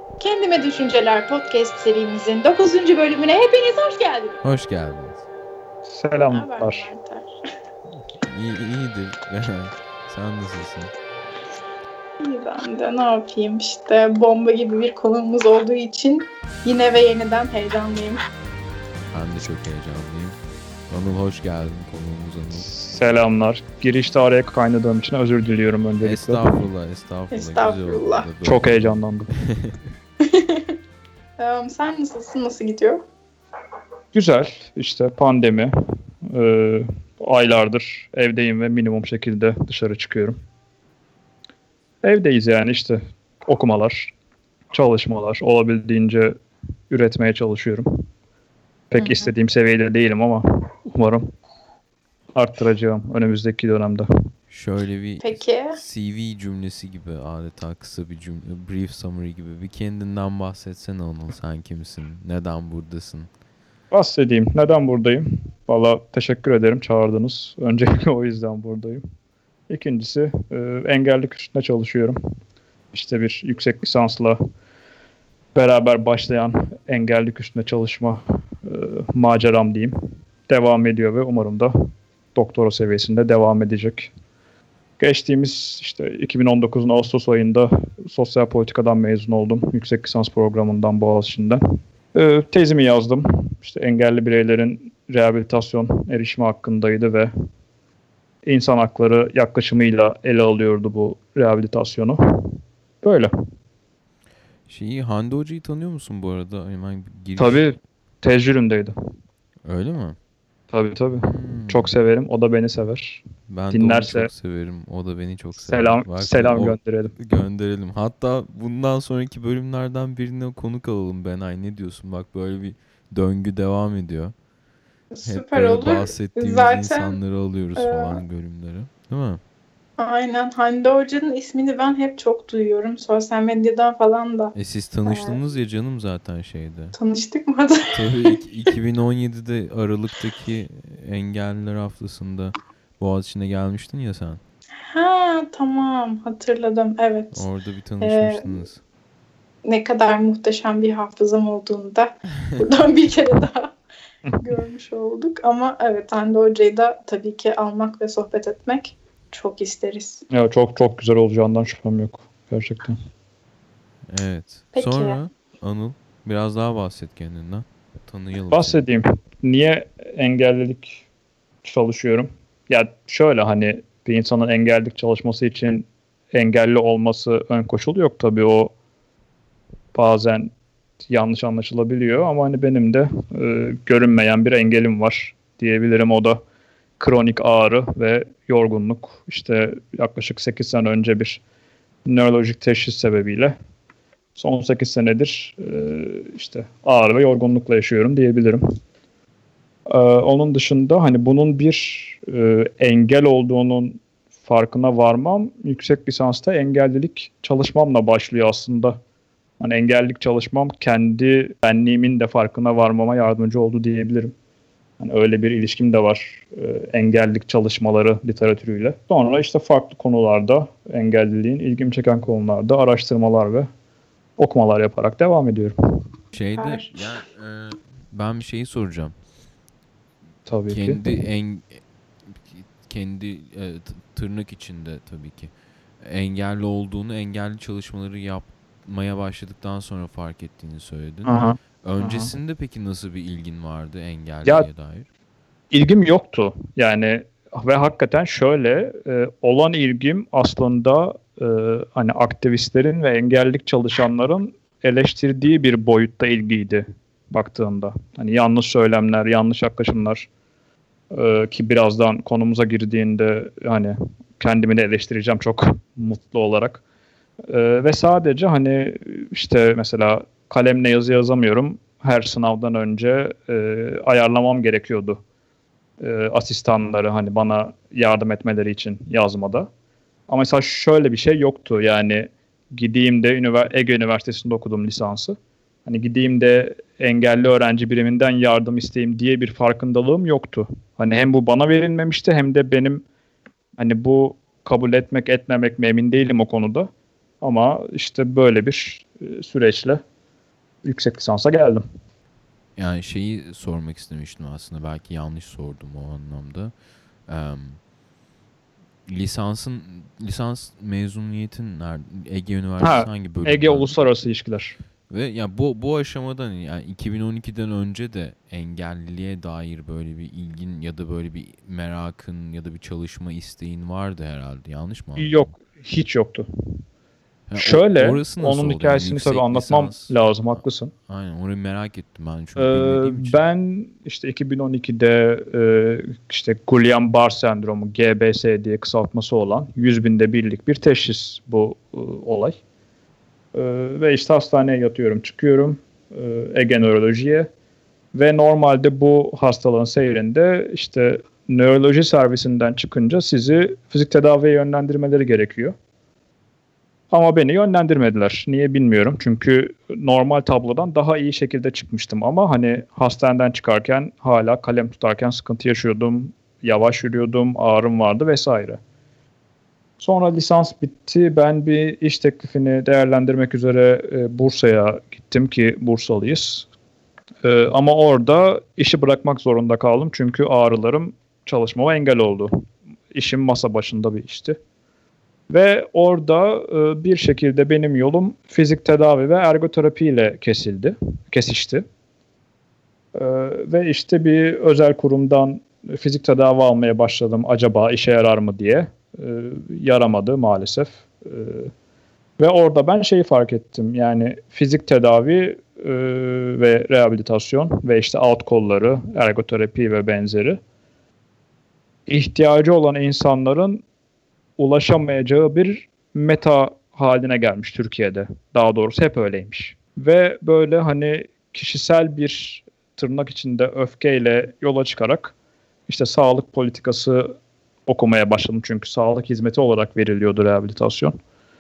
Kendime Düşünceler podcast serimizin 9. bölümüne hepiniz hoş geldiniz. Hoş geldiniz. Ne haber Selamlar. Mertler? İyidir. Sen nasılsın? İyi ben de ne yapayım işte bomba gibi bir konuğumuz olduğu için yine ve yeniden heyecanlıyım. Ben de çok heyecanlıyım. Anıl hoş geldin, konuğumuz Anıl. Selamlar. Girişte araya kaynadığım için özür diliyorum öncelikle. Estağfurullah. Estağfurullah. Güzel oldu. Çok heyecanlandım. Sen nasılsın? Nasıl gidiyor? Güzel. İşte pandemi. Aylardır evdeyim ve minimum şekilde dışarı çıkıyorum. Evdeyiz yani işte. Okumalar, çalışmalar. Olabildiğince üretmeye çalışıyorum. Pek istediğim seviyede değilim ama umarım arttıracağım önümüzdeki dönemde. Şöyle bir Peki. CV cümlesi gibi, adeta kısa bir cümle, brief summary gibi. Bir kendinden bahsetsene Anıl. Sen kimsin? Neden buradasın? Bahsedeyim. Neden buradayım? Valla teşekkür ederim çağırdınız. Öncelikle o yüzden buradayım. İkincisi engellilik üstünde çalışıyorum. İşte bir yüksek lisansla beraber başlayan engellilik üstünde çalışma maceram diyeyim. Devam ediyor ve umarım da doktora seviyesinde devam edecek. Geçtiğimiz işte 2019'un Ağustos ayında sosyal politikadan mezun oldum. Yüksek lisans programından Boğaziçi'nden. Tezimi yazdım. İşte engelli bireylerin rehabilitasyon erişimi hakkındaydı ve insan hakları yaklaşımıyla ele alıyordu bu rehabilitasyonu. Böyle. Hande Hoca'yı tanıyor musun bu arada? Hemen bir giriş. Tabii tecrübümdeydi. Öyle mi? Tabii. Çok severim. O da beni sever. Ben Dinlerse de onu çok severim. O da beni çok sever. selam gönderelim. Gönderelim. Hatta bundan sonraki bölümlerden birine konuk alalım Benay. Ne diyorsun? Bak böyle bir döngü devam ediyor. Hep Süper böyle olur. bahsettiğimiz Zaten insanları alıyoruz falan bölümleri. Değil mi? aynen Hande Hoca'nın ismini ben hep çok duyuyorum. Sosyal medyadan falan da. Siz tanıştınız ya canım zaten şeyde. Tanıştık mı? Tabii 2017'de Aralık'taki Engelliler Haftası'nda Boğaziçi'ne gelmiştin ya sen. Ha tamam hatırladım evet. Orada bir tanışmıştınız. Ne kadar muhteşem bir hafızam olduğunu da buradan bir kere daha görmüş olduk. Ama evet Hande Hoca'yı da tabii ki almak ve sohbet etmek çok isteriz. Ya çok güzel olacağından şüphem yok. Gerçekten. Evet. Peki. Sonra Anıl biraz daha bahset kendinden. Tanıyalım Bahsedeyim. Niye engellilik çalışıyorum? Ya şöyle hani bir insanın engellilik çalışması için engelli olması ön koşulu yok tabii, o bazen yanlış anlaşılabiliyor ama hani benim de görünmeyen bir engelim var diyebilirim. O da kronik ağrı ve yorgunluk. İşte yaklaşık 8 sene önce bir nörolojik teşhis sebebiyle son 8 senedir işte ağrı ve yorgunlukla yaşıyorum diyebilirim. Onun dışında hani bunun bir engel olduğunun farkına varmam yüksek lisansta engellilik çalışmamla başlıyor aslında. Hani engellilik çalışmam kendi benliğimin de farkına varmama yardımcı oldu diyebilirim. Hani öyle bir ilişkim de var engellilik çalışmaları literatürüyle. Sonra işte farklı konularda engelliliğin ilgimi çeken konularda araştırmalar ve okumalar yaparak devam ediyorum. Ben bir şeyi soracağım. Tabii ki. Kendi tırnak içinde tabii ki engelli olduğunu, engelli çalışmaları yapmaya başladıktan sonra fark ettiğini söyledin. Aha. Öncesinde peki nasıl bir ilgin vardı engelliye dair? İlgim yoktu yani ve hakikaten şöyle olan ilgim aslında hani aktivistlerin ve engellilik çalışanların eleştirdiği bir boyutta ilgiydi baktığında. Hani yanlış söylemler, yanlış yaklaşımlar ki birazdan konumuza girdiğinde hani kendimi de eleştireceğim çok mutlu olarak. Ve sadece hani işte mesela kalemle yazı yazamıyorum. Her sınavdan önce ayarlamam gerekiyordu asistanları hani bana yardım etmeleri için yazmada. Ama mesela şöyle bir şey yoktu yani gideyim de Ege Üniversitesi'nde okudum lisansı. Hani gideyim de engelli öğrenci biriminden yardım isteyeyim diye bir farkındalığım yoktu. Hani hem bu bana verilmemişti hem de benim hani bu kabul etmek etmemek mi emin değilim o konuda. Ama işte böyle bir süreçle yüksek lisansa geldim. Yani şeyi sormak istemiştim aslında. Belki yanlış sordum o anlamda. Lisans mezuniyetin nerede? Ege Üniversitesi hangi bölümden? Ege Uluslararası İlişkiler. Ve ya bu aşamadan yani 2012'den önce de engelliliğe dair böyle bir ilgin ya da böyle bir merakın ya da bir çalışma isteğin vardı herhalde. Yanlış mı anladım? Yok, hiç yoktu. Ha, Şöyle, orası nasıl onun oldu? hikayesini Yani tabii yüksek anlatmam lisans. lazım, haklısın. Aynen, orayı merak ettim ben çünkü bilmediğim için. Ben işte 2012'de işte Guillain-Barré sendromu, GBS diye kısaltması olan 100 binde birlik bir teşhis bu olay. Ve işte hastaneye yatıyorum, çıkıyorum Ege Nöroloji'ye ve normalde bu hastalığın seyrinde işte nöroloji servisinden çıkınca sizi fizik tedaviye yönlendirmeleri gerekiyor. Ama beni yönlendirmediler. Niye bilmiyorum. Çünkü normal tablodan daha iyi şekilde çıkmıştım. Ama hani hastaneden çıkarken hala kalem tutarken sıkıntı yaşıyordum. Yavaş yürüyordum, ağrım vardı vesaire. Sonra lisans bitti. Ben bir iş teklifini değerlendirmek üzere Bursa'ya gittim ki Bursalıyız. Ama orada işi bırakmak zorunda kaldım. Çünkü ağrılarım çalışmama engel oldu. İşim masa başında bir işti. Ve orada bir şekilde benim yolum fizik tedavi ve ergoterapi ile kesişti. Ve işte bir özel kurumdan fizik tedavi almaya başladım. Acaba işe yarar mı diye. Yaramadı maalesef. Ve orada ben şeyi fark ettim. Yani fizik tedavi ve rehabilitasyon ve işte alt kolları, ergoterapi ve benzeri ihtiyacı olan insanların ulaşamayacağı bir meta haline gelmiş Türkiye'de. Daha doğrusu hep öyleymiş. Ve böyle hani kişisel bir tırnak içinde öfkeyle yola çıkarak işte sağlık politikası okumaya başladım. Çünkü sağlık hizmeti olarak veriliyordu rehabilitasyon.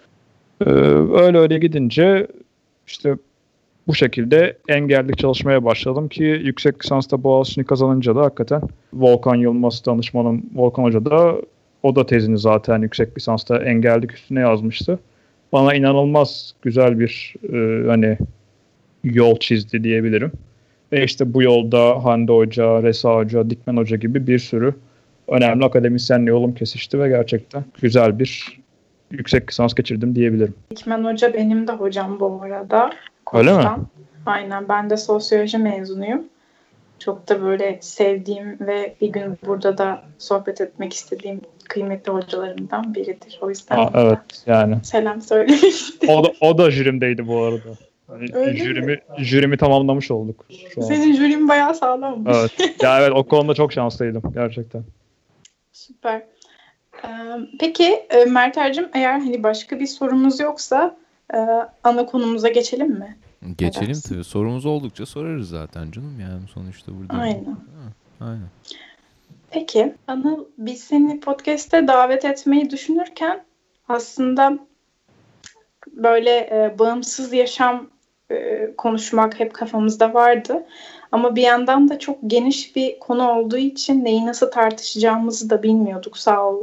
Öyle gidince işte bu şekilde engellilik çalışmaya başladım ki yüksek lisansta Boğaziçi'ni kazanınca da hakikaten Volkan Yılmaz danışmanım Volkan Hoca da o da tezini zaten yüksek lisansta engellilik üstüne yazmıştı. Bana inanılmaz güzel bir hani yol çizdi diyebilirim. Ve işte bu yolda Hande Hoca, Resa Hoca, Dikmen Hoca gibi bir sürü önemli akademisyenle yolum kesişti ve gerçekten güzel bir yüksek lisans geçirdim diyebilirim. Dikmen Hoca benim de hocam bu arada. Öyle mi? Aynen, ben de sosyoloji mezunuyum. Çok da böyle sevdiğim ve bir gün burada da sohbet etmek istediğim kıymetli hocalarımdan biridir. O yüzden evet yani. Selam söylemek istedim. O da jürimdeydi bu arada. Yani jürimi tamamlamış olduk şu an. Senin jürin bayağı sağlammış. Evet. Ya evet, o konuda çok şanslıydım gerçekten. Süper. Peki Mert'cim, eğer hani başka bir sorumuz yoksa ana konumuza geçelim mi? Geçelim tabii. Sorumuz oldukça sorarız zaten canım, yani sonuçta burada. Aynen. Aynen. Peki Anıl, biz seni podcast'te davet etmeyi düşünürken aslında böyle bağımsız yaşam konuşmak hep kafamızda vardı. Ama bir yandan da çok geniş bir konu olduğu için neyi nasıl tartışacağımızı da bilmiyorduk.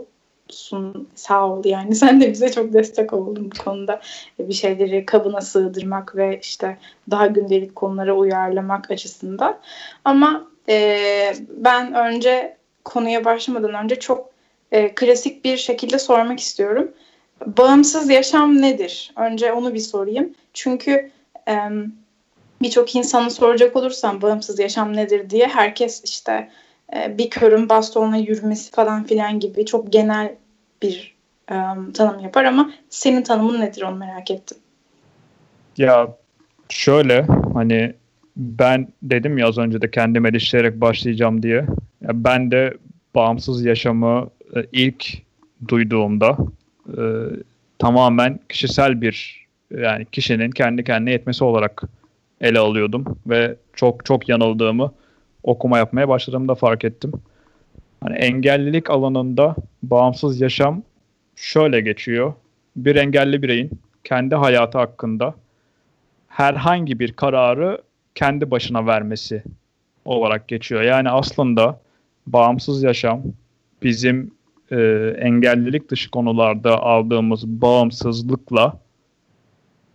Sağ ol yani, sen de bize çok destek oldun bu konuda. Bir şeyleri kabına sığdırmak ve işte daha gündelik konulara uyarlamak açısından. Ama ben önce konuya başlamadan önce çok klasik bir şekilde sormak istiyorum. Bağımsız yaşam nedir? Önce onu bir sorayım. Çünkü birçok insanı soracak olursam bağımsız yaşam nedir diye herkes işte bir körün bastonla yürümesi falan filan gibi çok genel bir tanım yapar, ama senin tanımın nedir, onu merak ettim. Ya şöyle, hani ben dedim ya az önce de kendime eleştirerek başlayacağım diye. Ya ben de bağımsız yaşamı ilk duyduğumda tamamen kişisel bir, yani kişinin kendi kendine yetmesi olarak ele alıyordum ve çok çok yanıldığımı okuma yapmaya başladığımda fark ettim. Hani engellilik alanında bağımsız yaşam şöyle geçiyor. Bir engelli bireyin kendi hayatı hakkında herhangi bir kararı kendi başına vermesi olarak geçiyor. Yani aslında bağımsız yaşam bizim engellilik dışı konularda aldığımız bağımsızlıkla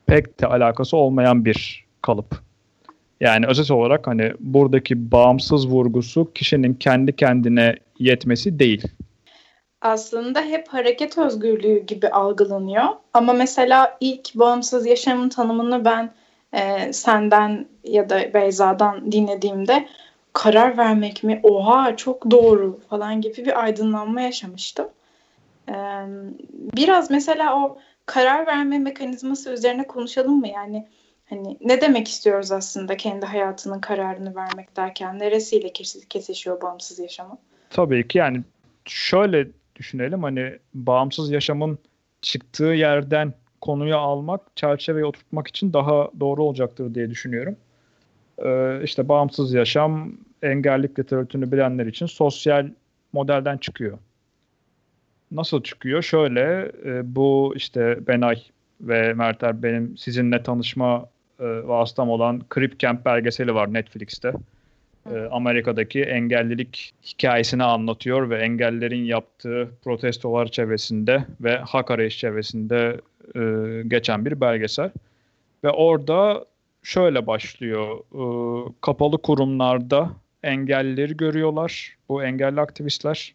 pek de alakası olmayan bir kalıp. Yani özet olarak hani buradaki bağımsız vurgusu kişinin kendi kendine yetmesi değil. Aslında hep hareket özgürlüğü gibi algılanıyor. Ama mesela ilk bağımsız yaşamın tanımını ben senden ya da Beyza'dan dinlediğimde karar vermek mi? Oha çok doğru falan gibi bir aydınlanma yaşamıştım. E, Biraz mesela o karar verme mekanizması üzerine konuşalım mı? Yani hani ne demek istiyoruz aslında kendi hayatının kararını vermek derken? Neresiyle kesişiyor bağımsız yaşamı? Tabii ki yani şöyle düşünelim, hani bağımsız yaşamın çıktığı yerden konuyu almak, çerçeveye oturtmak için daha doğru olacaktır diye düşünüyorum. İşte bağımsız yaşam, engellilik literatürünü bilenler için sosyal modelden çıkıyor. Nasıl çıkıyor? Şöyle, bu işte Benay ve Merter benim sizinle tanışma vasıtam olan Crip Camp belgeseli var Netflix'te. Amerika'daki engellilik hikayesini anlatıyor ve engellilerin yaptığı protestolar çevresinde ve hak arayış çevresinde geçen bir belgesel. Ve orada şöyle başlıyor. Kapalı kurumlarda engellileri görüyorlar, bu engelli aktivistler.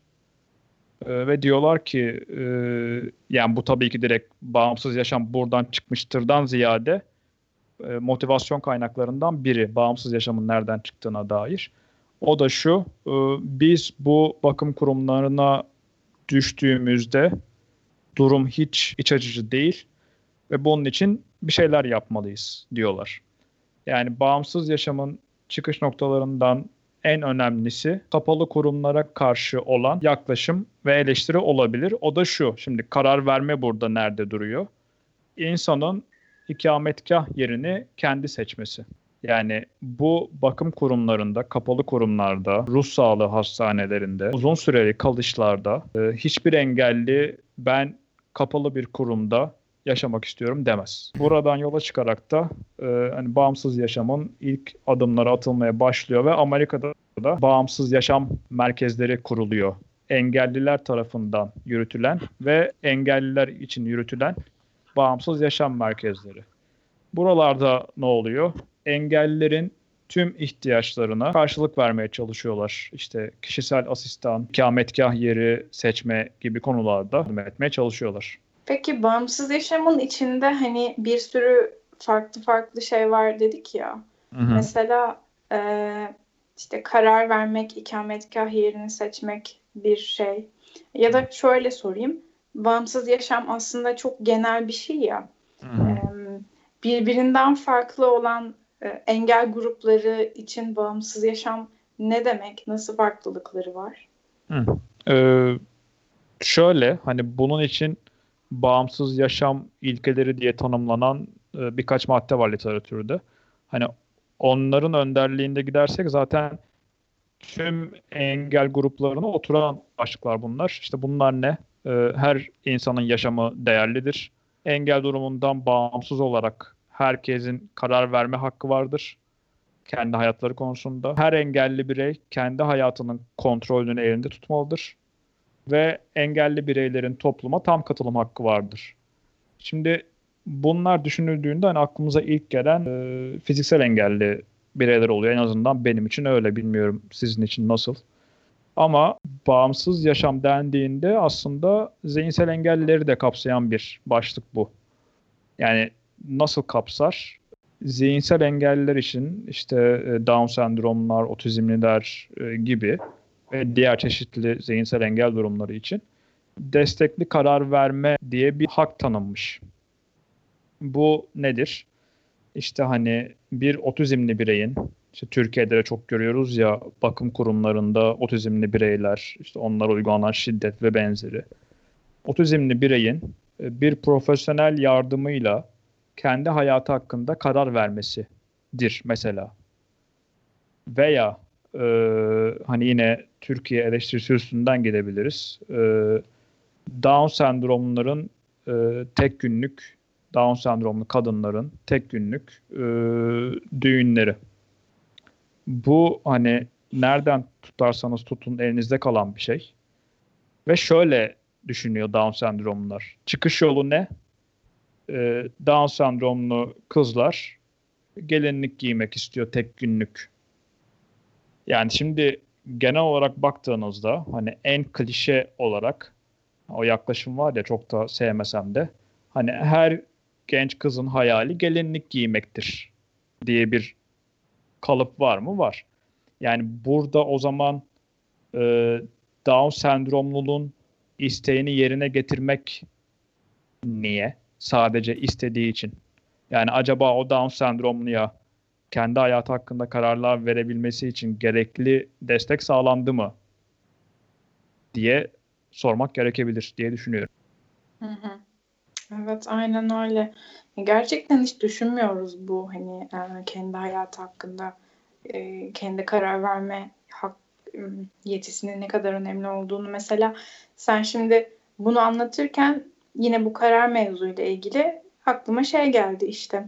Ve diyorlar ki yani bu tabii ki direkt bağımsız yaşam buradan çıkmıştırdan ziyade motivasyon kaynaklarından biri bağımsız yaşamın nereden çıktığına dair. O da şu, biz bu bakım kurumlarına düştüğümüzde durum hiç iç açıcı değil ve bunun için bir şeyler yapmalıyız diyorlar. Yani bağımsız yaşamın çıkış noktalarından en önemlisi kapalı kurumlara karşı olan yaklaşım ve eleştiri olabilir. O da şu, şimdi karar verme burada nerede duruyor? İnsanın ikametgah yerini kendi seçmesi. Yani bu bakım kurumlarında, kapalı kurumlarda, ruh sağlığı hastanelerinde, uzun süreli kalışlarda hiçbir engelli ben kapalı bir kurumda yaşamak istiyorum demez. Buradan yola çıkarak da hani bağımsız yaşamın ilk adımları atılmaya başlıyor ve Amerika'da da bağımsız yaşam merkezleri kuruluyor. Engelliler tarafından yürütülen ve engelliler için yürütülen bağımsız yaşam merkezleri. Buralarda ne oluyor? Engellilerin tüm ihtiyaçlarına karşılık vermeye çalışıyorlar. İşte kişisel asistan, ikametgah yeri seçme gibi konularda yardım etmeye çalışıyorlar. Peki bağımsız yaşamın içinde hani bir sürü farklı farklı şey var dedik ya. Hı-hı. Mesela işte karar vermek, ikametgah yerini seçmek bir şey. Ya da şöyle sorayım. Bağımsız yaşam aslında çok genel bir şey ya. Birbirinden farklı olan engel grupları için bağımsız yaşam ne demek? Nasıl farklılıkları var? Şöyle hani bunun için bağımsız yaşam ilkeleri diye tanımlanan birkaç madde var literatürde. Hani onların önderliğinde gidersek zaten tüm engel gruplarına oturan başlıklar bunlar. İşte bunlar ne? Her insanın yaşamı değerlidir. Engel durumundan bağımsız olarak herkesin karar verme hakkı vardır. Kendi hayatları konusunda. Her engelli birey kendi hayatının kontrolünü elinde tutmalıdır. Ve engelli bireylerin topluma tam katılım hakkı vardır. Şimdi bunlar düşünüldüğünde hani aklımıza ilk gelen fiziksel engelli bireyler oluyor. En azından benim için öyle. Bilmiyorum sizin için nasıl. Ama bağımsız yaşam dendiğinde aslında zihinsel engellileri de kapsayan bir başlık bu. Yani nasıl kapsar? Zihinsel engelliler için işte Down sendromlar, otizmliler gibi ve diğer çeşitli zihinsel engel durumları için destekli karar verme diye bir hak tanınmış. Bu nedir? İşte hani bir otizmli bireyin, işte Türkiye'de de çok görüyoruz ya bakım kurumlarında otizmli bireyler, işte onlara uygulanan şiddet ve benzeri. Otizmli bireyin bir profesyonel yardımıyla kendi hayatı hakkında karar vermesidir mesela. Veya hani yine Türkiye eleştirisi üstünden gidebiliriz. Down sendromların tek günlük, Down sendromlu kadınların tek günlük düğünleri. Bu hani nereden tutarsanız tutun elinizde kalan bir şey. Ve şöyle düşünüyor Down sendromlular. Çıkış yolu ne? Down sendromlu kızlar gelinlik giymek istiyor tek günlük. Yani şimdi genel olarak baktığınızda hani en klişe olarak o yaklaşım var ya, çok da sevmesem de, hani her genç kızın hayali gelinlik giymektir diye bir kalıp var mı? Var. Yani burada o zaman e, Down sendromlunun isteğini yerine getirmek niye? Sadece istediği için. Yani acaba o Down sendromluya kendi hayatı hakkında kararlar verebilmesi için gerekli destek sağlandı mı diye sormak gerekebilir diye düşünüyorum. Hı hı. Evet, aynen öyle. Gerçekten hiç düşünmüyoruz bu hani kendi hayatı hakkında kendi karar verme yetisinin ne kadar önemli olduğunu. Mesela sen şimdi bunu anlatırken yine bu karar mevzuyla ilgili aklıma şey geldi işte.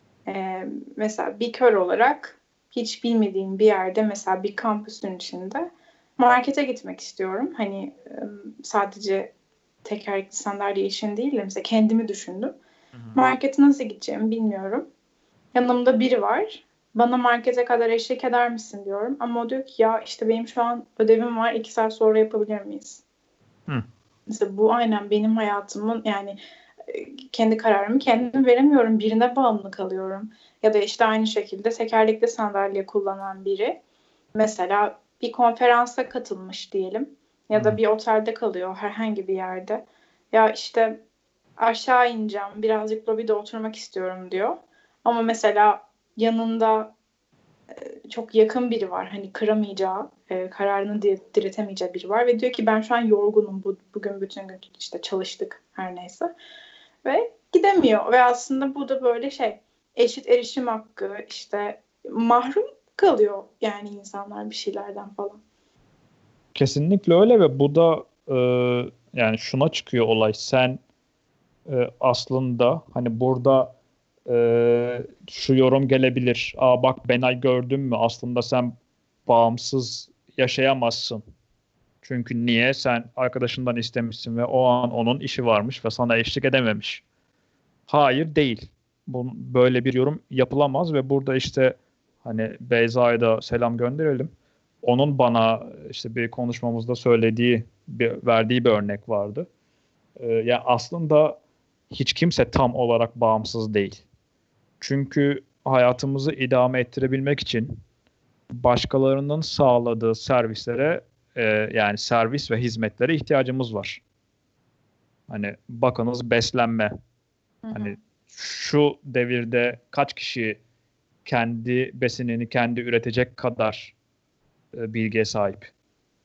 Mesela bir kör olarak hiç bilmediğim bir yerde, mesela bir kampüsün içinde markete gitmek istiyorum. Hani sadece tekerlekli sandalye için değil de mesela kendimi düşündüm. Markete nasıl gideceğimi bilmiyorum. Yanımda biri var. Bana markete kadar eşlik eder misin diyorum. Ama o diyor ki ya işte benim şu an ödevim var, 2 saat sonra yapabilir miyiz? Hı. Mesela bu aynen benim hayatımın, yani kendi kararımı kendim veremiyorum. Birine bağımlı kalıyorum. Ya da işte aynı şekilde tekerlekli sandalye kullanan biri mesela bir konferansa katılmış diyelim. Ya da bir otelde kalıyor herhangi bir yerde. Ya işte aşağı ineceğim, birazcık lobide oturmak istiyorum diyor. Ama mesela yanında çok yakın biri var. Hani kıramayacağı, kararını diretemeyeceği biri var. Ve diyor ki ben şu an yorgunum. Bugün bütün gün işte çalıştık her neyse. Ve gidemiyor. Ve aslında bu da böyle eşit erişim hakkı, işte mahrum kalıyor yani insanlar bir şeylerden falan. Kesinlikle öyle ve bu da yani şuna çıkıyor olay. Sen aslında hani burada şu yorum gelebilir. Aa bak, Benay, gördün mü? Aslında sen bağımsız yaşayamazsın. Çünkü niye? Sen arkadaşından istemişsin ve o an onun işi varmış ve sana eşlik edememiş. Hayır, değil. Böyle bir yorum yapılamaz ve burada işte hani Beyza'ya da selam gönderelim. Onun bana işte bir konuşmamızda verdiği bir örnek vardı. Ya aslında hiç kimse tam olarak bağımsız değil. Çünkü hayatımızı idame ettirebilmek için başkalarının sağladığı servislere yani servis ve hizmetlere ihtiyacımız var. Hani bakınız, beslenme. Hı hı. Hani şu devirde kaç kişi kendi besinini kendi üretecek kadar bilgiye sahip?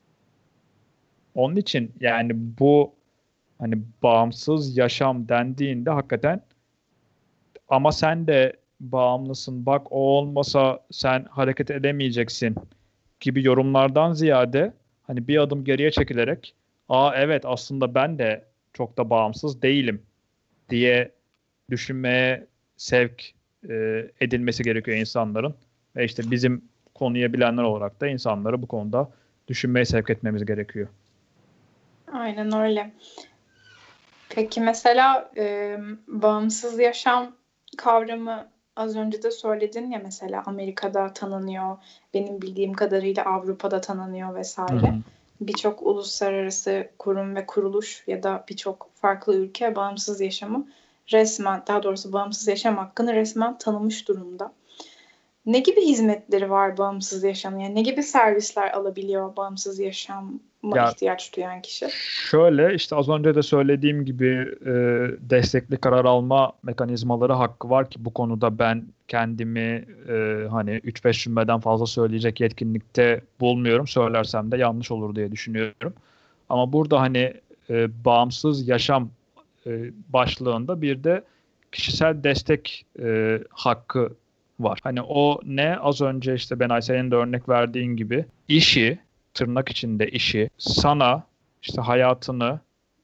Onun için yani bu hani bağımsız yaşam dendiğinde hakikaten ama sen de bağımlısın, bak o olmasa sen hareket edemeyeceksin gibi yorumlardan ziyade hani bir adım geriye çekilerek aa evet, aslında ben de çok da bağımsız değilim diye düşünmeye sevk edilmesi gerekiyor insanların. Ve işte bizim konuyu bilenler olarak da insanları bu konuda düşünmeye sevk etmemiz gerekiyor. Aynen öyle. Peki mesela bağımsız yaşam kavramı az önce de söyledin ya, mesela Amerika'da tanınıyor, benim bildiğim kadarıyla Avrupa'da tanınıyor Hı vesaire. hı. Birçok uluslararası kurum ve kuruluş ya da birçok farklı ülke bağımsız yaşamı resmen, daha doğrusu bağımsız yaşam hakkını resmen tanımış durumda. Ne gibi hizmetleri var bağımsız yaşam? Yani ne gibi servisler alabiliyor bağımsız yaşama Ya ihtiyaç duyan kişi? şöyle, işte az önce de söylediğim gibi destekli karar alma mekanizmaları hakkı var ki bu konuda ben kendimi hani 3-5 cümleden fazla söyleyecek yetkinlikte bulmuyorum. Söylersem de yanlış olur diye düşünüyorum. Ama burada hani bağımsız yaşam başlığında bir de kişisel destek hakkı var. Hani o ne? Az önce işte ben Aysel'in de örnek verdiğin gibi işi, tırnak içinde işi sana işte hayatını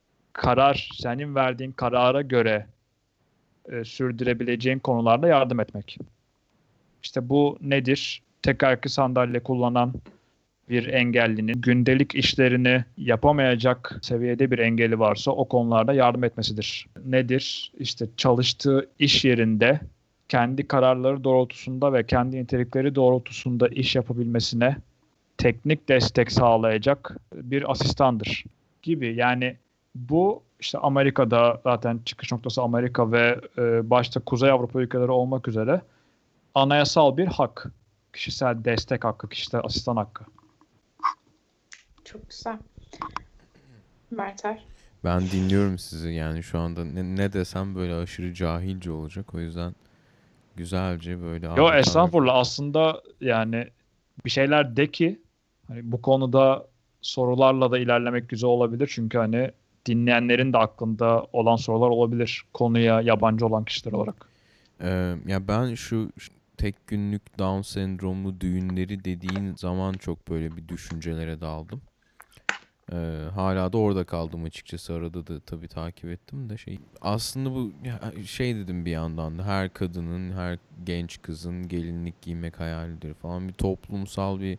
senin verdiğin karara göre sürdürebileceğin konularda yardım etmek. İşte bu nedir? Tekerlekli sandalye kullanan bir engellinin gündelik işlerini yapamayacak seviyede bir engeli varsa o konularda yardım etmesidir. Nedir? İşte çalıştığı iş yerinde kendi kararları doğrultusunda ve kendi nitelikleri doğrultusunda iş yapabilmesine teknik destek sağlayacak bir asistandır gibi. Yani bu işte Amerika'da zaten çıkış noktası Amerika ve başta Kuzey Avrupa ülkeleri olmak üzere anayasal bir hak. Kişisel destek hakkı, kişisel asistan hakkı. Çok güzel. Merter. Ben dinliyorum sizi, yani şu anda ne desem böyle aşırı cahilce olacak, o yüzden güzelce böyle Yo adeta estağfurullah, aslında yani bir şeyler de ki hani bu konuda sorularla da ilerlemek güzel olabilir. Çünkü hani dinleyenlerin de aklında olan sorular olabilir konuya yabancı olan kişiler olarak. Ya ben şu tek günlük Down sendromlu düğünleri dediğin zaman çok böyle bir düşüncelere daldım. Hala da orada kaldım açıkçası. Arada da tabii takip ettim de aslında bu şey dedim bir yandan da, her kadının, her genç kızın gelinlik giymek hayalidir falan, bir toplumsal bir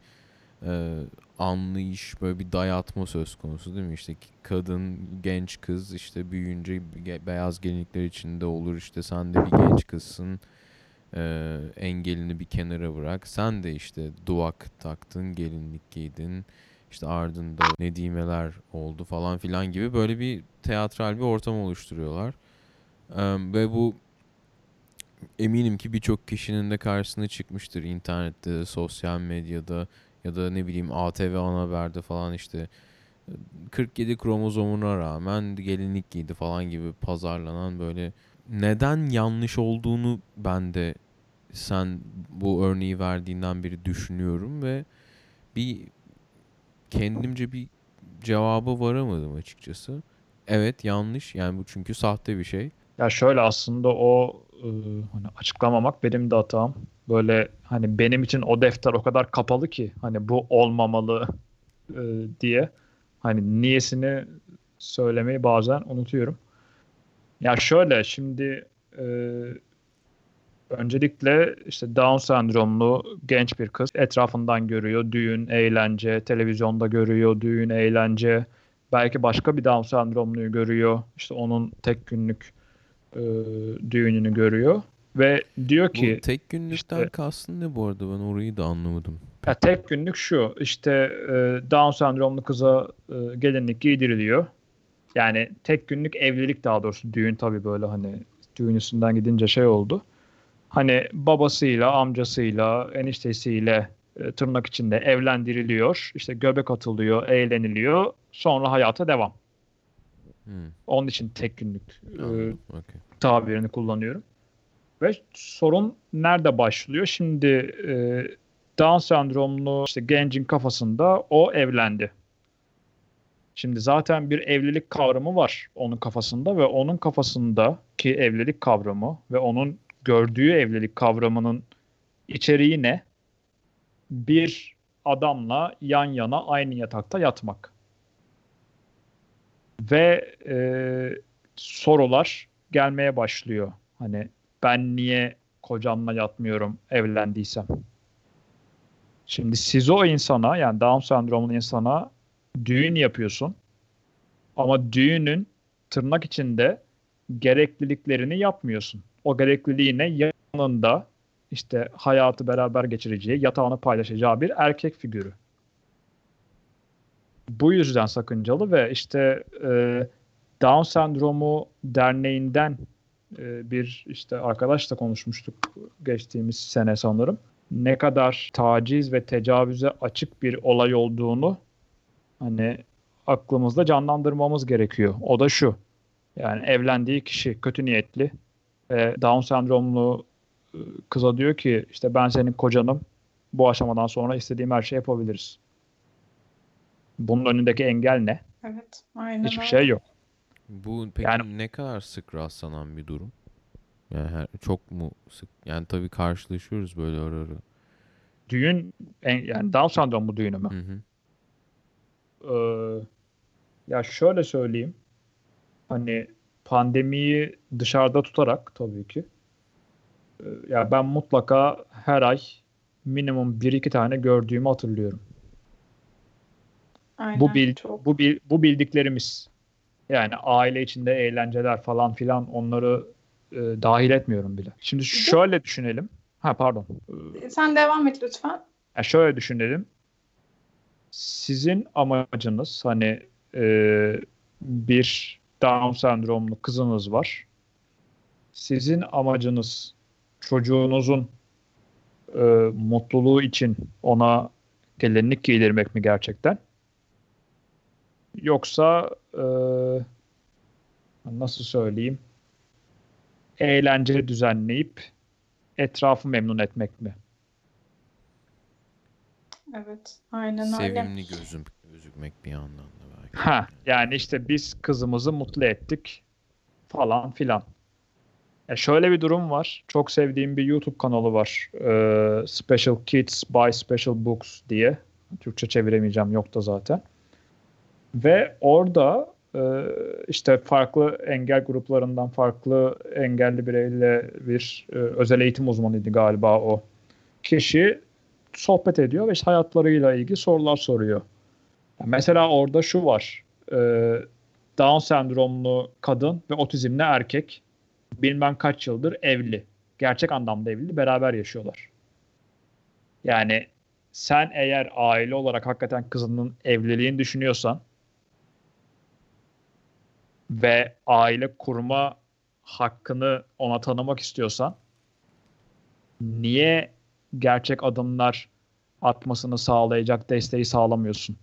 anlayış, böyle bir dayatma söz konusu değil mi? İşte kadın, genç kız işte büyüyünce beyaz gelinlikler içinde olur, işte sen de bir genç kızsın, engelini bir kenara bırak, sen de işte duvak taktın, gelinlik giydin, işte ardında nedimeler oldu falan filan gibi böyle bir teatral bir ortam oluşturuyorlar. Ve bu eminim ki birçok kişinin de karşısına çıkmıştır internette, sosyal medyada ya da ne bileyim ATV ana haberde falan, işte 47 kromozomuna rağmen gelinlik giydi falan gibi pazarlanan, böyle neden yanlış olduğunu ben de sen bu örneği verdiğinden beri düşünüyorum ve bir kendimce bir cevaba varamadım açıkçası. Evet, yanlış yani, bu çünkü sahte bir şey. Ya şöyle, aslında o hani açıklamamak benim de hatam. Böyle hani benim için o defter o kadar kapalı ki hani bu olmamalı e, diye hani niyesini söylemeyi bazen unutuyorum. Ya şöyle şimdi e, öncelikle işte Down sendromlu genç bir kız etrafından görüyor düğün, eğlence, televizyonda görüyor düğün, eğlence. Belki başka bir Down sendromluyu görüyor. İşte onun tek günlük e, düğününü görüyor ve diyor Bu ki tek günlükten işte kastın ne bu arada, ben orayı da anlamadım ya pek. tek günlük şu işte Down sendromlu kıza gelinlik giydiriliyor. Yani tek günlük evlilik, daha doğrusu düğün tabii böyle hani düğün üstünden gidince şey oldu. Hani babasıyla, amcasıyla, eniştesiyle tırnak içinde evlendiriliyor. İşte göbek atılıyor, eğleniliyor. Sonra hayata devam. Hmm, Onun için tek günlük anladım. Okay. tabirini kullanıyorum. Ve sorun nerede başlıyor? Şimdi Down sendromlu işte gencin kafasında o evlendi. Şimdi zaten bir evlilik kavramı var onun kafasında ve onun kafasındaki evlilik kavramı ve onun gördüğü evlilik kavramının içeriği ne? Bir adamla yan yana aynı yatakta yatmak. Ve sorular gelmeye başlıyor. Hani ben niye kocamla yatmıyorum evlendiysem? Şimdi siz o insana, yani Down sendromlu insana düğün yapıyorsun ama düğünün tırnak içinde gerekliliklerini yapmıyorsun. O gerekliliğine yanında işte hayatı beraber geçireceği, yatağını paylaşacağı bir erkek figürü. Bu yüzden sakıncalı ve işte Down Sendromu Derneği'nden bir işte arkadaşla konuşmuştuk geçtiğimiz sene sanırım. Ne kadar taciz ve tecavüze açık bir olay olduğunu hani aklımızda canlandırmamız gerekiyor. O da şu: yani evlendiği kişi kötü niyetli ve Down sendromlu kıza diyor ki işte ben senin kocanım, bu aşamadan sonra istediğim her şeyi yapabiliriz. Bunun önündeki engel ne? Evet, aynen Hiçbir öyle. şey yok. Bu Yani peki ne kadar sık rastlanan bir durum? Yani çok mu sık? Yani tabii karşılaşıyoruz böyle ara ara. düğün yani Down sendromu düğünü mü? Hı hı. Ee, ya şöyle söyleyeyim. Hani pandemiyi dışarıda tutarak tabii ki. Ya ben mutlaka her ay minimum bir iki tane gördüğümü hatırlıyorum. Bu Aynen bil, çok. bu bildiklerimiz. Yani aile içinde eğlenceler falan filan onları dahil etmiyorum bile. Şimdi Bir de şöyle düşünelim. Ha pardon. sen devam et lütfen. Yani şöyle düşünelim. Sizin amacınız hani bir Down sendromlu kızınız var. Sizin amacınız çocuğunuzun e, mutluluğu için ona gelinlik giydirmek mi gerçekten? Yoksa nasıl söyleyeyim? Eğlence düzenleyip etrafı memnun etmek mi? Evet, aynen öyle. Sevimli gözükmek bir yandan da belki. Ha, yani işte biz kızımızı mutlu ettik falan filan. Şöyle bir durum var. Çok sevdiğim bir YouTube kanalı var. Special Kids by Special Books diye. Türkçe çeviremeyeceğim, yok da zaten. Ve orada işte farklı engel gruplarından farklı engelli bireyle bir özel eğitim uzmanıydı galiba o kişi sohbet ediyor ve işte hayatlarıyla ilgili sorular soruyor. Mesela orada şu var. Down sendromlu kadın ve otizmli erkek bilmem kaç yıldır evli. Gerçek anlamda evli. Beraber yaşıyorlar. Yani sen eğer aile olarak hakikaten kızının evliliğini düşünüyorsan ve aile kurma hakkını ona tanımak istiyorsan niye gerçek adımlar atmasını sağlayacak desteği sağlamıyorsun?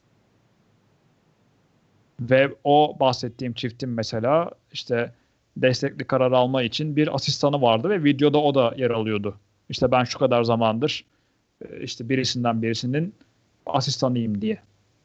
Ve o bahsettiğim çiftin mesela işte destekli karar alma için bir asistanı vardı ve videoda o da yer alıyordu. İşte ben şu kadar zamandır işte birisinin asistanıyım diye.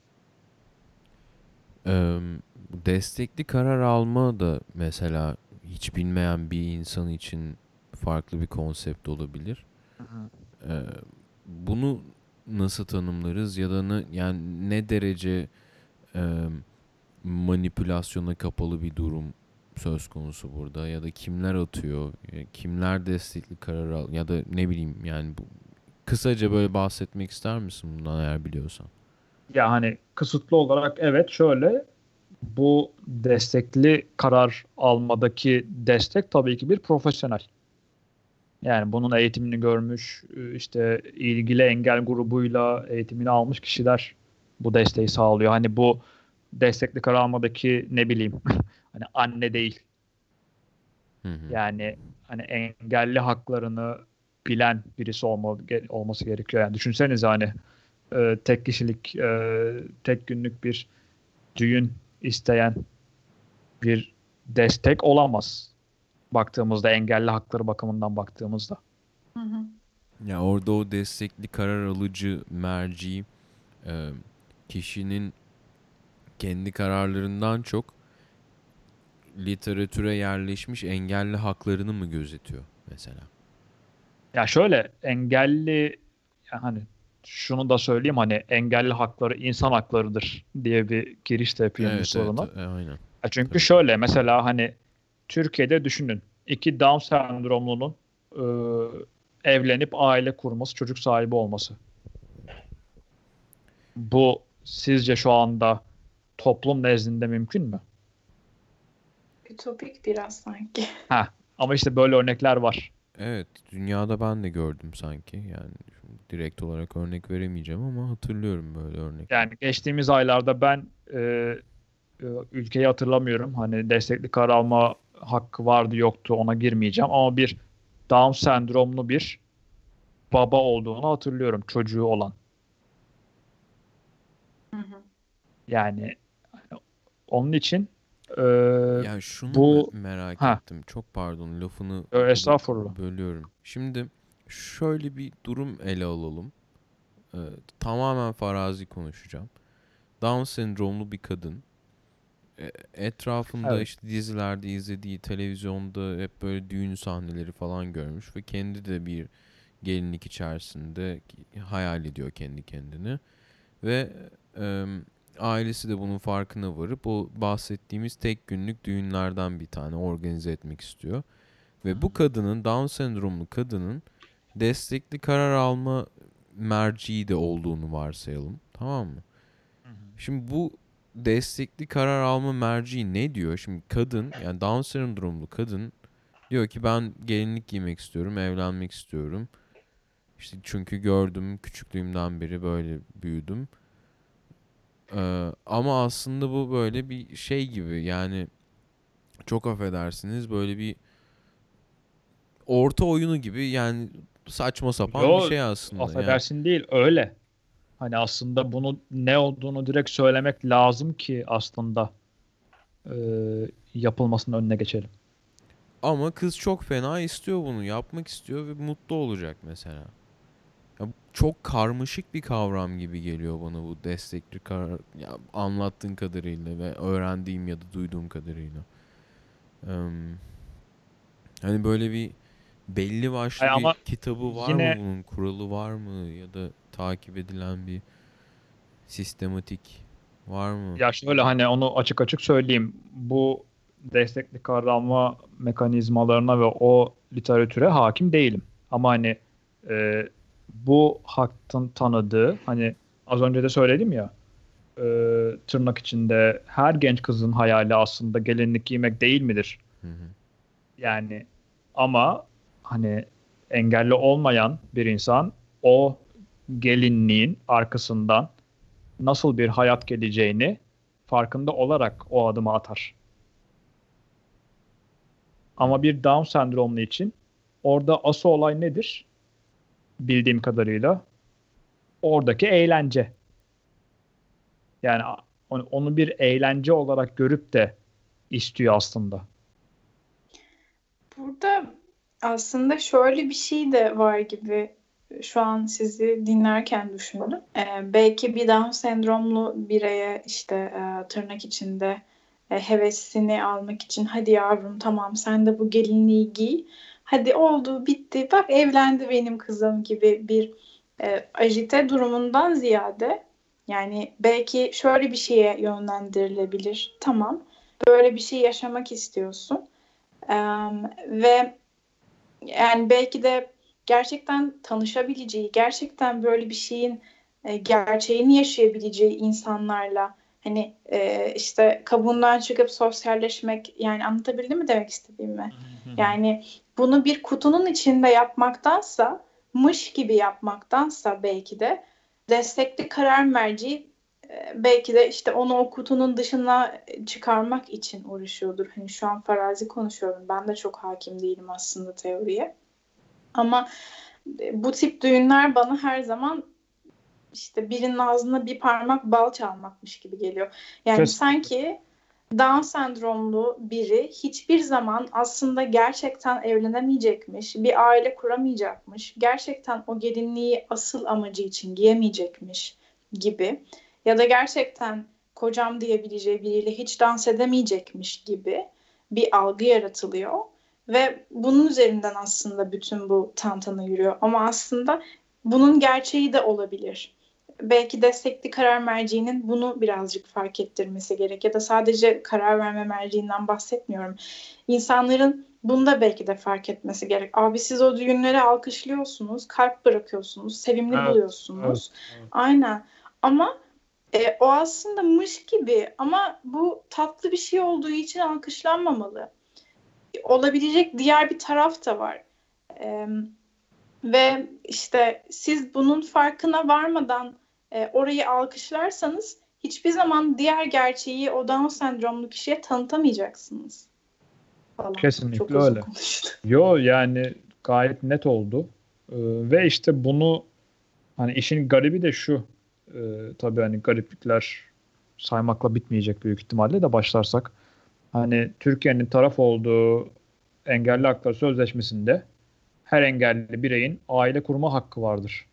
Bu destekli karar alma da mesela hiç bilmeyen bir insan için farklı bir konsept olabilir. Ee, Bunu nasıl tanımlarız ya da yani ne derece e, manipülasyona kapalı bir durum söz konusu burada ya da kimler atıyor, kimler destekli karar ya da ne bileyim yani kısaca böyle bahsetmek ister misin bundan eğer biliyorsan? Ya hani kısıtlı olarak evet şöyle bu destekli karar almadaki destek tabii ki bir profesyonel. Yani bunun eğitimini görmüş, işte ilgili engel grubuyla eğitimini almış kişiler bu desteği sağlıyor. Hani bu destekli karar almadaki ne bileyim hani anne değil. Hı hı. Yani hani engelli haklarını bilen birisi olması gerekiyor. Yani düşünsenize hani tek kişilik, tek günlük bir düğün isteyen bir destek olamaz. Baktığımızda engelli hakları bakımından baktığımızda. Hı hı. Ya orada o destekli karar alıcı merci e, kişinin kendi kararlarından çok literatüre yerleşmiş engelli haklarını mı gözetiyor mesela? Ya şöyle engelli ya hani şunu da söyleyeyim hani engelli hakları insan haklarıdır diye bir giriş de yapayım bu Evet evet soruna. aynen Çünkü tabii ki. şöyle mesela hani Türkiye'de düşünün iki Down sendromlunun evlenip aile kurması, çocuk sahibi olması. Bu sizce şu anda toplum nezdinde mümkün mü? Ütopik biraz sanki. Ha, ama işte böyle örnekler var. Evet dünyada ben de gördüm sanki yani direkt olarak örnek veremeyeceğim ama hatırlıyorum böyle örnekler. Yani geçtiğimiz aylarda ben ülkeyi hatırlamıyorum. Hani destekli karar alma hakkı vardı yoktu ona girmeyeceğim ama bir Down sendromlu bir baba olduğunu hatırlıyorum çocuğu olan. Hı hı. Yani onun için e, Ya şunu bu merak ha ettim. Çok pardon lafını estağfurullah. bölüyorum. Şimdi şöyle bir durum ele alalım. Ee, Tamamen farazi konuşacağım. Down sendromlu bir kadın. Etrafında Evet. işte dizilerde izlediği, televizyonda hep böyle düğün sahneleri falan görmüş ve kendi de bir gelinlik içerisinde hayal ediyor kendi kendini. Ve e, ailesi de bunun farkına varıp o bahsettiğimiz tek günlük düğünlerden bir tane organize etmek istiyor. Ve bu kadının, Down sendromlu kadının destekli karar alma merci de olduğunu varsayalım. Tamam mı? Şimdi bu destekli karar alma merci ne diyor? Şimdi kadın, yani Down sendromlu kadın diyor ki ben gelinlik giymek istiyorum, evlenmek istiyorum. İşte çünkü gördüm, küçüklüğümden beri böyle büyüdüm. Ama aslında bu böyle bir şey gibi, yani çok affedersiniz, böyle bir orta oyunu gibi, yani saçma sapan bir Yo, şey aslında. Yani affedersin değil, öyle. Hani aslında bunu ne olduğunu direkt söylemek lazım ki aslında e, yapılmasının önüne geçelim. ama kız çok fena istiyor, bunu yapmak istiyor ve mutlu olacak mesela. Ya çok karmaşık bir kavram gibi geliyor bana bu destekli karar, ya anlattığın kadarıyla ve öğrendiğim ya da duyduğum kadarıyla. Em, Hani böyle bir belli başlı bir Ama kitabı var mı yine bunun, kuralı var mı ya da takip edilen bir sistematik var mı? ya şöyle, hani onu açık açık söyleyeyim. Bu destekli karar alma mekanizmalarına ve o literatüre hakim değilim. Ama hani e, bu hakkın tanıdığı, hani az önce de söyledim ya, e, tırnak içinde her genç kızın hayali aslında gelinlik giymek değil midir? Hı hı. Yani ama hani engelli olmayan bir insan o gelinliğin arkasından nasıl bir hayat geleceğini farkında olarak o adımı atar. Hı Ama bir Down sendromlu için orada asıl olay nedir? Bildiğim kadarıyla oradaki eğlence. Yani onu bir eğlence olarak görüp de istiyor aslında. Burada aslında şöyle bir şey de var gibi şu an sizi dinlerken düşündüm. Belki bir Down sendromlu bireye işte tırnak içinde hevesini almak için hadi yavrum tamam sen de bu gelinliği giy. Hadi oldu bitti bak evlendi benim kızım gibi bir ajite durumundan ziyade yani belki şöyle bir şeye yönlendirilebilir. Tamam böyle bir şey yaşamak istiyorsun. Ve yani belki de gerçekten tanışabileceği, gerçekten böyle bir şeyin gerçeğini yaşayabileceği insanlarla hani işte kabuğundan çıkıp sosyalleşmek yani anlatabildim mi demek istediğimi? Hı hı. Yani bunu bir kutunun içinde yapmaktansa mış gibi yapmaktansa belki de destekli karar merci belki de işte onu o kutunun dışına çıkarmak için uğraşıyordur. Hani şu an farazi konuşuyorum. Ben de çok hakim değilim aslında teoriye. Ama bu tip düğünler bana her zaman işte birinin ağzına bir parmak bal çalmakmış gibi geliyor. Yani Kesinlikle. sanki Down sendromlu biri hiçbir zaman aslında gerçekten evlenemeyecekmiş, bir aile kuramayacakmış, gerçekten o gelinliği asıl amacı için giyemeyecekmiş gibi ya da gerçekten kocam diyebileceği biriyle hiç dans edemeyecekmiş gibi bir algı yaratılıyor ve bunun üzerinden aslında bütün bu tantana yürüyor. Ama aslında bunun gerçeği de olabilir. Belki destekli karar merciğinin bunu birazcık fark ettirmesi gerek ya da sadece karar verme merciğinden bahsetmiyorum. İnsanların bunu da belki de fark etmesi gerek. Abi siz o düğünleri alkışlıyorsunuz, kalp bırakıyorsunuz, sevimli Evet, evet, buluyorsunuz. evet. Aynen. Ama o aslında mış gibi ama bu tatlı bir şey olduğu için alkışlanmamalı. Olabilecek diğer bir taraf da var. E, Ve işte siz bunun farkına varmadan orayı alkışlarsanız hiçbir zaman diğer gerçeği o Down sendromlu kişiye tanıtamayacaksınız falan. Çok Kesinlikle uzun öyle. konuştum. Yo, yani gayet net oldu. Ve işte bunu, hani işin garibi de şu. Tabii hani gariplikler saymakla bitmeyecek büyük ihtimalle de başlarsak. Hani Türkiye'nin taraf olduğu Engelli Hakları Sözleşmesi'nde her engelli bireyin aile kurma hakkı vardır.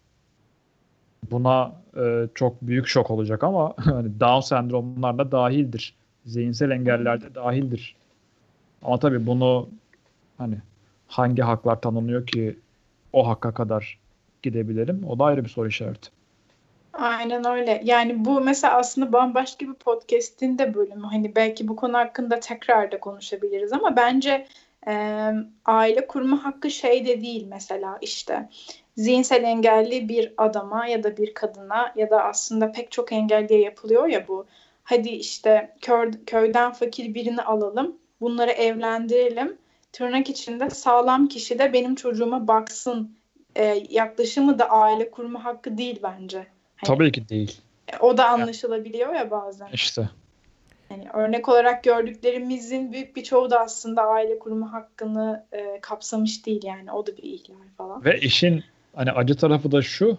Buna çok büyük şok olacak ama hani Down sendromlar da dahildir. Zihinsel engeller de dahildir. Ama tabii bunu hani hangi haklar tanınıyor ki o hakka kadar gidebilirim? O da ayrı bir soru işareti. Aynen öyle. Yani bu mesela aslında bambaşka bir podcast'in de bölümü. Hani belki bu konu hakkında tekrar da konuşabiliriz ama bence aile kurma hakkı şey de değil mesela işte zihinsel engelli bir adama ya da bir kadına ya da aslında pek çok engelliye yapılıyor ya bu. Hadi işte köyden fakir birini alalım, bunları evlendirelim. Tırnak içinde sağlam kişi de benim çocuğuma baksın yaklaşımı da aile kurma hakkı değil bence. Hani, Tabii ki değil. o da anlaşılabiliyor ya bazen. İşte. Yani örnek olarak gördüklerimizin büyük bir çoğu da aslında aile kurma hakkını kapsamış değil yani. O da bir ihlal falan. Ve işin hani acı tarafı da şu,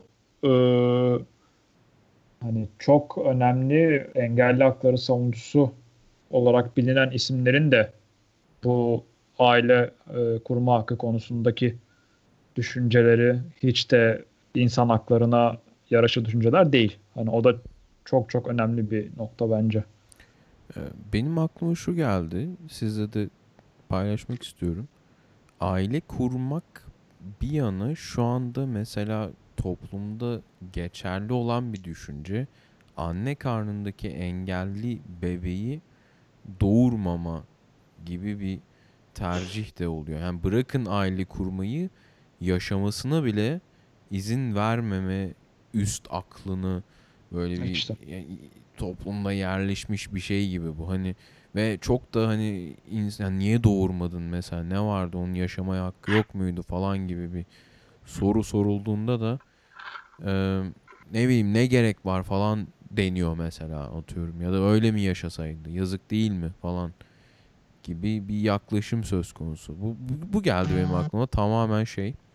hani çok önemli engelli hakları savunucusu olarak bilinen isimlerin de bu aile kurma hakkı konusundaki düşünceleri hiç de insan haklarına yaraşır düşünceler değil. Hani o da çok çok önemli bir nokta bence. Benim aklıma şu geldi. Sizle de paylaşmak istiyorum. Aile kurmak bir yana şu anda mesela toplumda geçerli olan bir düşünce. Anne karnındaki engelli bebeği doğurmama gibi bir tercih de oluyor. Yani bırakın aile kurmayı, yaşamasına bile izin vermeme üst aklını böyle bir İşte. yani toplumda yerleşmiş bir şey gibi bu. Hani ve çok da hani insan niye doğurmadın mesela, ne vardı, onun yaşamaya hakkı yok muydu falan gibi bir soru sorulduğunda da ne bileyim ne gerek var falan deniyor mesela, atıyorum, ya da öyle mi yaşasaydı yazık değil mi falan gibi bir yaklaşım söz konusu. Bu geldi benim aklıma, tamamen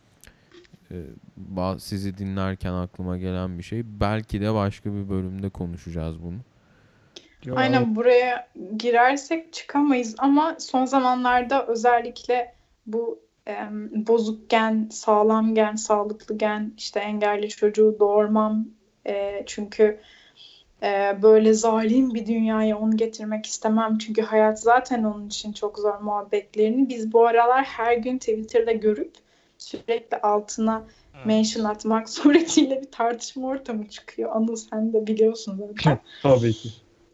sizi dinlerken aklıma gelen bir şey. Belki de başka bir bölümde konuşacağız bunu. Aynen, buraya girersek çıkamayız ama son zamanlarda özellikle bu bozuk gen, sağlam gen, sağlıklı gen, işte engelli çocuğu doğurmam çünkü böyle zalim bir dünyaya onu getirmek istemem çünkü hayat zaten onun için çok zor muhabbetlerini biz bu aralar her gün Twitter'da görüp sürekli altına mention atmak suretiyle bir tartışma ortamı çıkıyor. Anıl, sen de biliyorsun zaten. Tabii ki.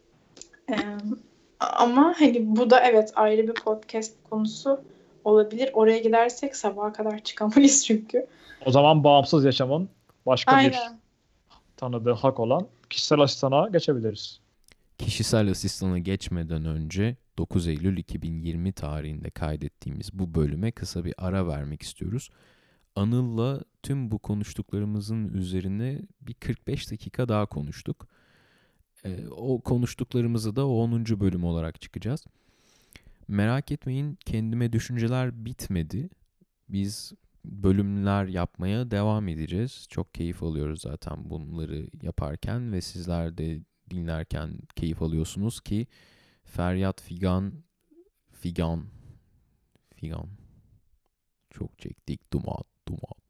Ama hani bu da evet ayrı bir podcast konusu olabilir. Oraya gidersek sabaha kadar çıkamayız çünkü. O zaman bağımsız yaşamın başka bir Aynen. tanıdığı hak olan kişisel asistana geçebiliriz. Kişisel asistana geçmeden önce 9 Eylül 2020 tarihinde kaydettiğimiz bu bölüme kısa bir ara vermek istiyoruz. Anıl'la tüm bu konuştuklarımızın üzerine bir 45 dakika daha konuştuk. O konuştuklarımızı da o 10. bölüm olarak çıkacağız. Merak etmeyin, kendime düşünceler bitmedi. Biz bölümler yapmaya devam edeceğiz. Çok keyif alıyoruz zaten bunları yaparken ve sizler de dinlerken keyif alıyorsunuz ki Feryat Figan çok çektik, duman